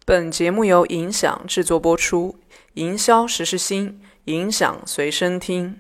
本节目由影响制作播出，营销时时新，影响随身听。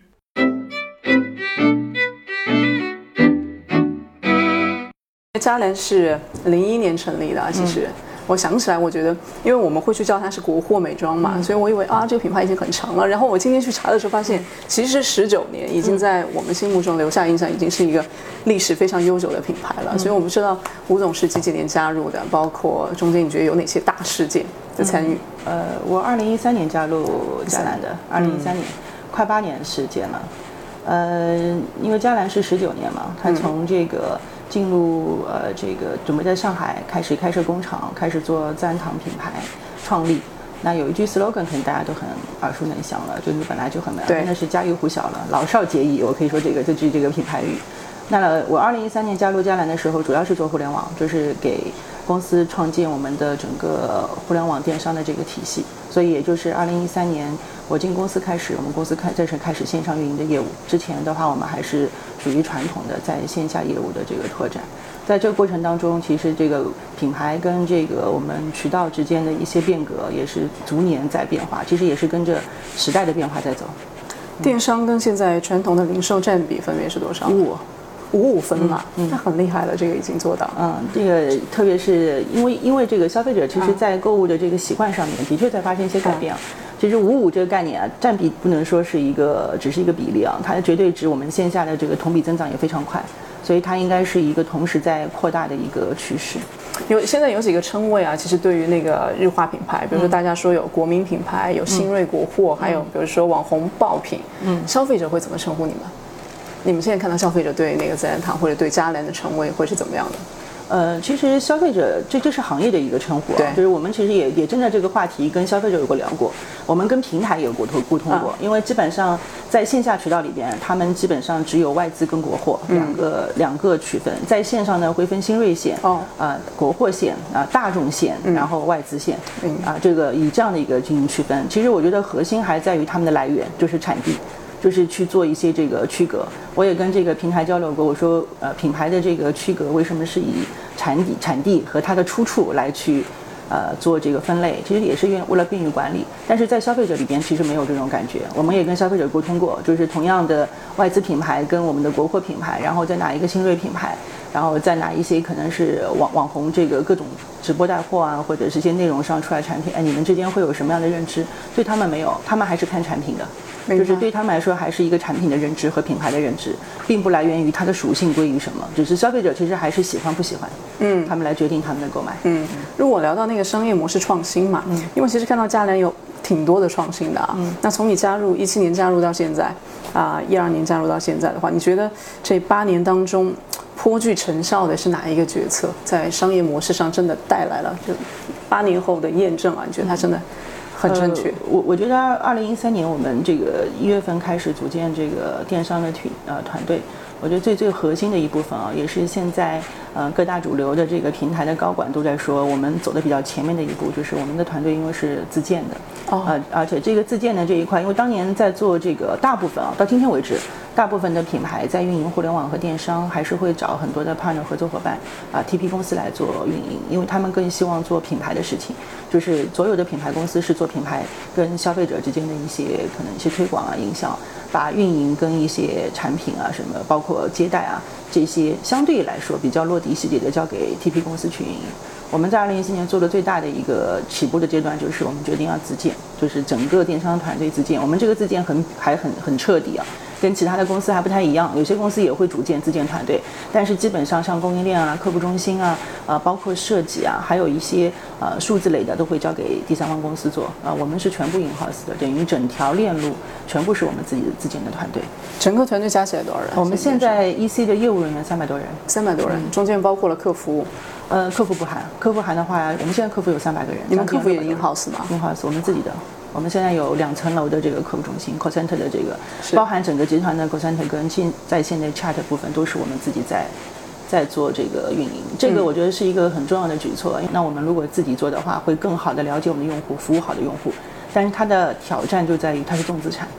嘉联是01年成立的其实。我想起来，我觉得，因为我们会去叫它是国货美妆嘛，所以我以为这个品牌已经很长了。然后我今天去查的时候发现，其实19年已经在我们心目中留下印象，已经是一个历史非常悠久的品牌了。所以我不知道吴总是几几年加入的，包括中间你觉得有哪些大事件的参与？ 我2013年加入嘉兰的，2013年，快8年时间了。因为嘉兰是19年嘛，它从这个进入这个准备在上海开始开设工厂，开始做自然堂品牌创立。那有一句 slogan 可能大家都很耳熟能详了，就你本来就很美，那是家喻户晓了，老少皆宜。我可以说这句这个品牌语。那我2013年加入嘉兰的时候，主要是做互联网，就是给公司创建我们的整个互联网电商的这个体系。所以也就是2013年我进公司开始，我们公司开始线上运营的业务。之前的话，我们还是属于传统的在线下业务的这个拓展。在这个过程当中，其实这个品牌跟这个我们渠道之间的一些变革也是逐年在变化，其实也是跟着时代的变化在走。 电商跟现在传统的零售占比分别是多少？55分嘛，那很厉害了，这个已经做到。 这个特别是因为这个消费者其实在购物的这个习惯上面的确在发生一些改变。其实55这个概念占比不能说是只是一个比例它绝对值我们线下的这个同比增长也非常快，所以它应该是一个同时在扩大的一个趋势。 现在有几个称谓其实对于那个日化品牌，比如说大家说有国民品牌，有新锐国货，还有比如说网红爆品，消费者会怎么称呼你们？你们现在看到消费者对那个自然堂或者对嘉兰的称谓会是怎么样的？ 其实消费者这是行业的一个称呼就是我们其实也针对这个话题跟消费者有过聊过，我们跟平台也有沟通过，因为基本上在线下渠道里边，他们基本上只有外资跟国货两个区分，在线上呢会分新锐线国货线大众线，然后外资线这个以这样的一个进行区分。其实我觉得核心还在于他们的来源，就是产地。就是去做一些这个区隔，我也跟这个平台交流过，我说品牌的这个区隔为什么是以产地和它的出处来去做这个分类，其实也是为了便于管理。但是在消费者里边其实没有这种感觉，我们也跟消费者沟通过，就是同样的外资品牌跟我们的国货品牌，然后再拿一个新锐品牌，然后再拿一些可能是网红这个各种直播带货或者是一些内容上出来产品，你们之间会有什么样的认知？对他们没有，他们还是看产品的。就是对他们来说还是一个产品的认知和品牌的认知，并不来源于它的属性归于什么，只是消费者其实还是喜欢不喜欢他们来决定他们的购买。 如果聊到那个商业模式创新嘛，因为其实看到嘉兰有挺多的创新的那从你加入17年加入到现在12年加入到现在的话，你觉得这8年当中颇具成效的是哪一个决策，在商业模式上真的带来了就8年后的验证你觉得它真的很正确？ 我觉得2013年我们这个1月份开始组建这个电商的团队，我觉得最核心的一部分也是现在各大主流的这个平台的高管都在说，我们走的比较前面的一步就是我们的团队因为是自建的而且这个自建的这一块，因为当年在做这个大部分到今天为止，大部分的品牌在运营互联网和电商还是会找很多的 partner 合作伙伴TP 公司来做运营，因为他们更希望做品牌的事情，就是所有的品牌公司是做品牌跟消费者之间的一些可能一些推广营销，把运营跟一些产品什么包括接待这些相对来说比较落地细节的交给 TP 公司去运营。我们在2014年做的最大的一个起步的阶段，就是我们决定要自建，就是整个电商团队自建。我们这个自建还很彻底跟其他的公司还不太一样，有些公司也会组建自建团队，但是基本上像供应链客户中心包括设计还有一些数字类的都会交给第三方公司做我们是全部 in-house 的，等于整条链路全部是我们自己的自建的团队。 整个团队加起来多少人？ 我们现在 EC 的业务人员300多人 ，300多人，中间包括了客服。 客服不含，客服含的话，我们现在客服有300个人。 你们客服也 in-house 吗 ？in-house， 我们自己的。我们现在有2层楼的这个客服中心 call center 的这个，包含整个集团的 call center 跟在线的 chat 部分都是我们自己在做这个运营。这个我觉得是一个很重要的举措。那我们如果自己做的话，会更好的了解我们的用户，服务好的用户。但是它的挑战就在于它是重资产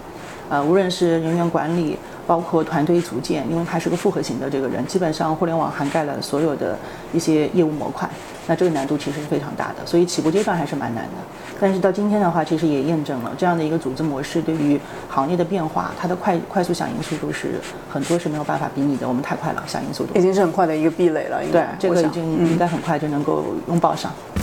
无论是人员管理，包括团队组建，因为他是个复合型的这个人，基本上互联网涵盖了所有的一些业务模块，那这个难度其实是非常大的，所以起步阶段还是蛮难的。但是到今天的话，其实也验证了这样的一个组织模式对于行业的变化，它的快速响应速度是很多是没有办法比拟的，我们太快了，响应速度已经是很快的一个壁垒了，应该对，这个已经应该很快就能够拥抱上。